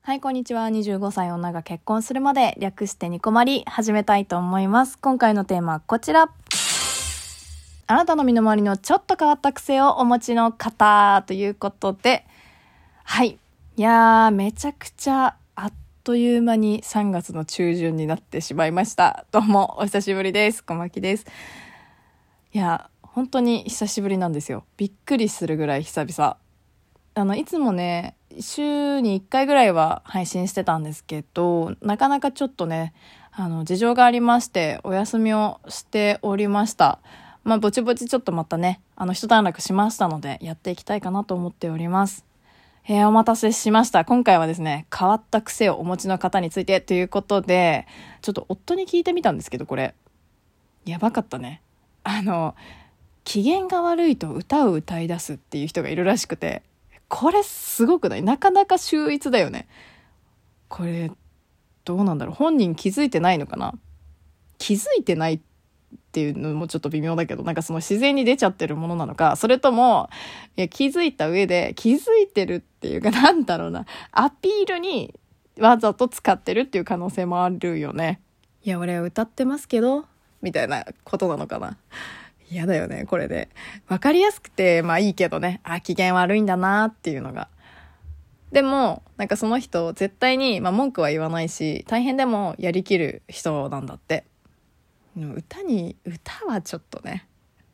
はい、こんにちは。25歳女が結婚するまで略してニコマリ始めたいと思います。今回のテーマはこちら。あなたの身の回りのちょっと変わった癖をお持ちの方ということで、はい。いやー、めちゃくちゃあっという間に3月の中旬になってしまいました。どうも、お久しぶりです。小牧です。いや、本当に久しぶりなんですよ。びっくりするぐらい久々。いつもね、週に1回ぐらいは配信してたんですけど、なかなかちょっとね、事情がありまして、お休みをしておりました。ぼちぼちちょっとまたね、一段落しましたので、やっていきたいかなと思っております。お待たせしました。今回はですね、変わった癖をお持ちの方についてということで、ちょっと夫に聞いてみたんですけど、これ、やばかったね。機嫌が悪いと歌を歌い出すっていう人がいるらしくて、これすごくない？なかなか秀逸だよね。これどうなんだろう、本人気づいてないのかな。気づいてないっていうのもちょっと微妙だけど、なんかその自然に出ちゃってるものなのか、それとも気づいた上で気づいてるっていうか、なんだろうな、アピールにわざと使ってるっていう可能性もあるよね。いや、俺は歌ってますけどみたいなことなのかな。嫌だよね、これで。わかりやすくて、いいけどね。機嫌悪いんだなっていうのが。でも、なんかその人、絶対に、文句は言わないし、大変でもやりきる人なんだって。歌はちょっとね。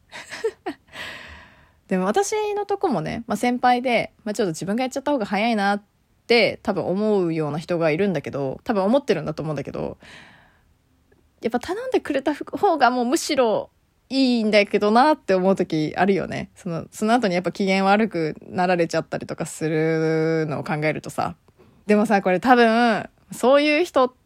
でも私のとこもね、先輩で、ちょっと自分がやっちゃった方が早いなって多分思うような人がいるんだけど、多分思ってるんだと思うんだけど、やっぱ頼んでくれた方がもうむしろ、いいんだけどなって思う時あるよね。その後にやっぱ機嫌悪くなられちゃったりとかするのを考えるとさ。でもさ、これ多分、そういう人って、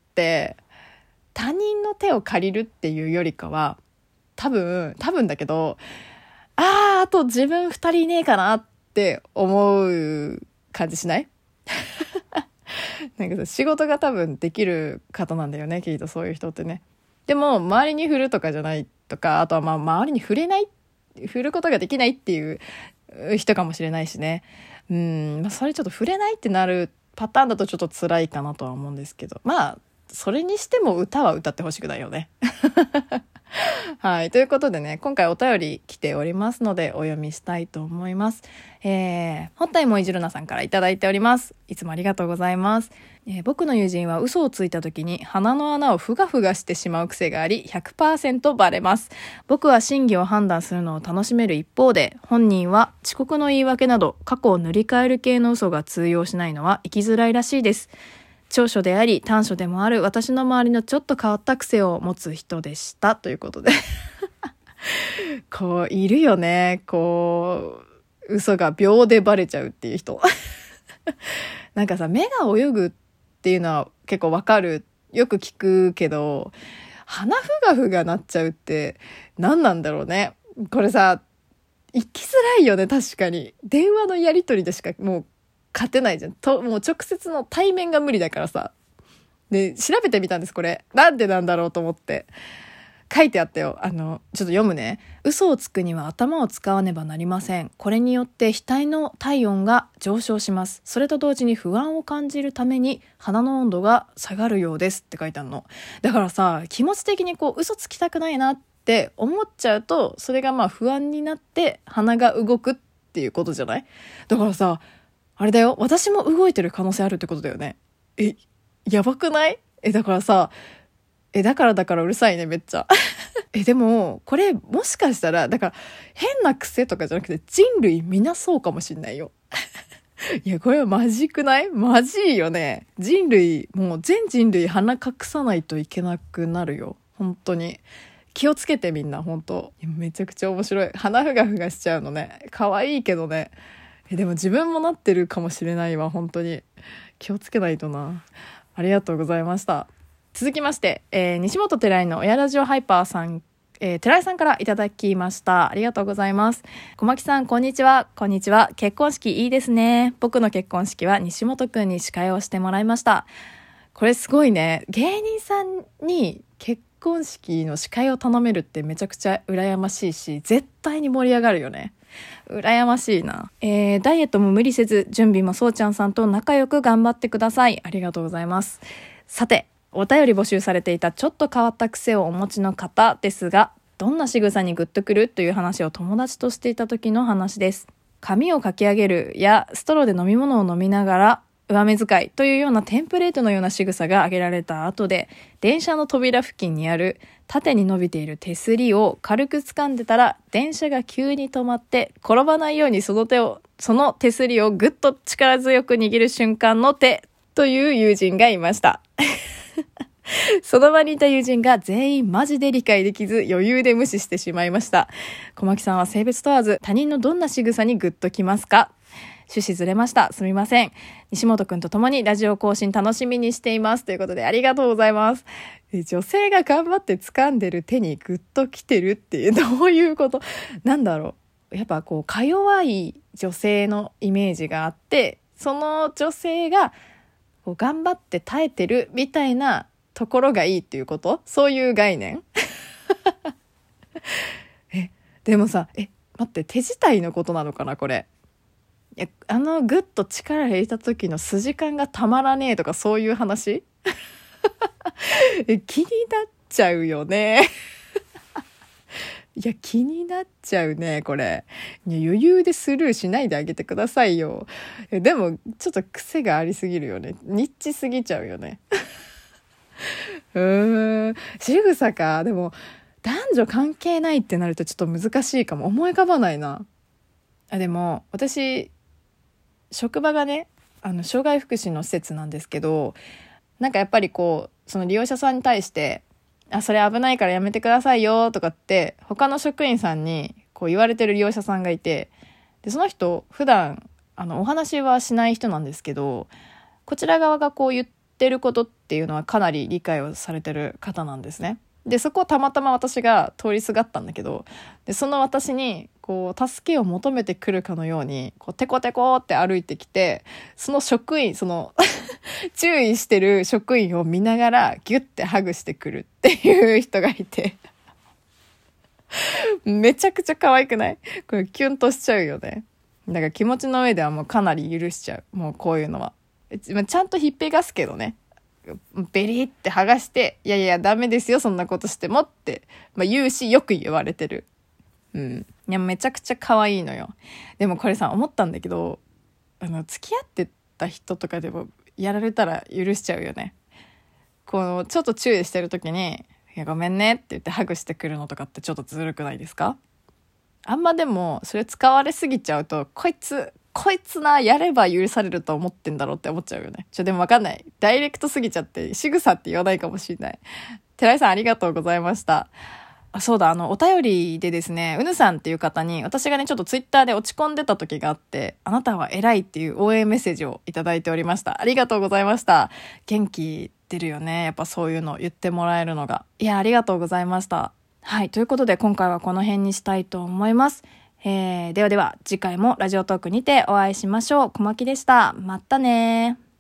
他人の手を借りるっていうよりかは、多分だけど、あと自分2人いねえかなって思う感じしない？なんかさ、仕事が多分できる方なんだよね、きっとそういう人ってね。でも周りに振るとかじゃないとか、あとは周りに振ることができないっていう人かもしれないしね。それちょっと触れないってなるパターンだとちょっと辛いかなとは思うんですけど、それにしても歌は歌ってほしくないよね。はい。ということでね、今回お便り来ておりますのでお読みしたいと思います。ほったいもいじるなさんからいただいております。いつもありがとうございます。僕の友人は嘘をついた時に鼻の穴をふがふがしてしまう癖があり 100% バレます。僕は真偽を判断するのを楽しめる一方で、本人は遅刻の言い訳など過去を塗り替える系の嘘が通用しないのは生きづらいらしいです。長所であり短所でもある私の周りのちょっと変わった癖を持つ人でしたということでこういるよね、こう嘘が秒でバレちゃうっていう人なんかさ、目が泳ぐっていうのは結構わかる、よく聞くけど、鼻ふがふがなっちゃうって何なんだろうね。これさ、生きづらいよね。確かに電話のやり取りでしかもう勝てないじゃんと、もう直接の対面が無理だからさ。で、調べてみたんです、これ。なんでなんだろうと思って。書いてあったよ。ちょっと読むね。嘘をつくには頭を使わねばなりません。これによって額の体温が上昇します。それと同時に不安を感じるために鼻の温度が下がるようですって書いてあるの。だからさ、気持ち的に嘘つきたくないなって思っちゃうと、それが不安になって鼻が動くっていうことじゃない？だからさ、あれだよ。私も動いてる可能性あるってことだよね。やばくない？だからさ、だからうるさいね、めっちゃ。でも、これ、もしかしたら、だから、変な癖とかじゃなくて、人類みなそうかもしんないよ。いや、これはマジくない？マジいよね。もう全人類鼻隠さないといけなくなるよ。本当に。気をつけてみんな、本当。めちゃくちゃ面白い。鼻ふがふがしちゃうのね。可愛いけどね。でも自分もなってるかもしれないわ、本当に。気をつけないとな。ありがとうございました。続きまして、西本寺井の親ラジオハイパーさん、寺井さんからいただきました。ありがとうございます。小牧さん、こんにちは。こんにちは。結婚式いいですね。僕の結婚式は西本くんに司会をしてもらいました。これすごいね。芸人さんに結婚式の司会を頼めるってめちゃくちゃ羨ましいし、絶対に盛り上がるよね。 羨ましいな。ダイエットも無理せず、準備もそうちゃんさんと仲良く頑張ってください。ありがとうございます。さて、お便り募集されていたちょっと変わった癖をお持ちの方ですが、どんな仕草にグッとくるという話を友達としていた時の話です。髪をかき上げるやストローで飲み物を飲みながら上目遣いというようなテンプレートのような仕草が挙げられた後で、電車の扉付近にある縦に伸びている手すりを軽く掴んでたら、電車が急に止まって転ばないようにその手すりをぐっと力強く握る瞬間の手という友人がいました。その場にいた友人が全員マジで理解できず余裕で無視してしまいました。小牧さんは性別問わず他人のどんな仕草にグッときますか？趣旨ずれました。すみません。西本くんと共にラジオ更新楽しみにしています。ということでありがとうございます。女性が頑張って掴んでる手にグッときてるっていうどういうことなんだろう。やっぱこうか弱い女性のイメージがあって、その女性がこう頑張って耐えてるみたいなところがいいっていうこと？そういう概念？でもさ、待って、手自体のことなのかなこれ。グッと力入れた時の筋感がたまらねえとかそういう話？気になっちゃうよね。いや、気になっちゃうね、これ。いや、余裕でスルーしないであげてくださいよ。でも、ちょっと癖がありすぎるよね。ニッチすぎちゃうよね。仕草か。でも、男女関係ないってなるとちょっと難しいかも。思い浮かばないな。でも、私、職場がね、障害福祉の施設なんですけど、なんかやっぱりこう、その利用者さんに対して、それ危ないからやめてくださいよとかって他の職員さんにこう言われてる利用者さんがいて、でその人普段お話はしない人なんですけど、こちら側がこう言ってることっていうのはかなり理解をされてる方なんですね。でそこをたまたま私が通りすがったんだけど、でその私にこう助けを求めてくるかのようにこうテコテコって歩いてきて、その職員注意してる職員を見ながらギュッてハグしてくるっていう人がいてめちゃくちゃ可愛くない？これキュンとしちゃうよね。だから気持ちの上ではもうかなり許しちゃう。もうこういうのはちゃんとひっぺがすけどね、ベリって剥がして、いやいやダメですよそんなことしてもって、言うし、よく言われてる。いやめちゃくちゃ可愛いのよ。でもこれさ、思ったんだけど、付き合ってた人とかでもやられたら許しちゃうよね。こうちょっと注意してる時に、いやごめんねって言ってハグしてくるのとかってちょっとずるくないですか？あんまでもそれ使われすぎちゃうと、こいつな、やれば許されると思ってんだろうって思っちゃうよね。でもわかんない。ダイレクトすぎちゃって仕草って言わないかもしれない。寺井さんありがとうございました。そうだ、お便りでですね、うぬさんっていう方に、私がね、ちょっとツイッターで落ち込んでた時があって、あなたは偉いっていう応援メッセージをいただいておりました。ありがとうございました。元気出るよね。やっぱそういうの言ってもらえるのが。いや、ありがとうございました。はい、ということで今回はこの辺にしたいと思います。ではでは次回もラジオトークにてお会いしましょう。小牧でした。またね。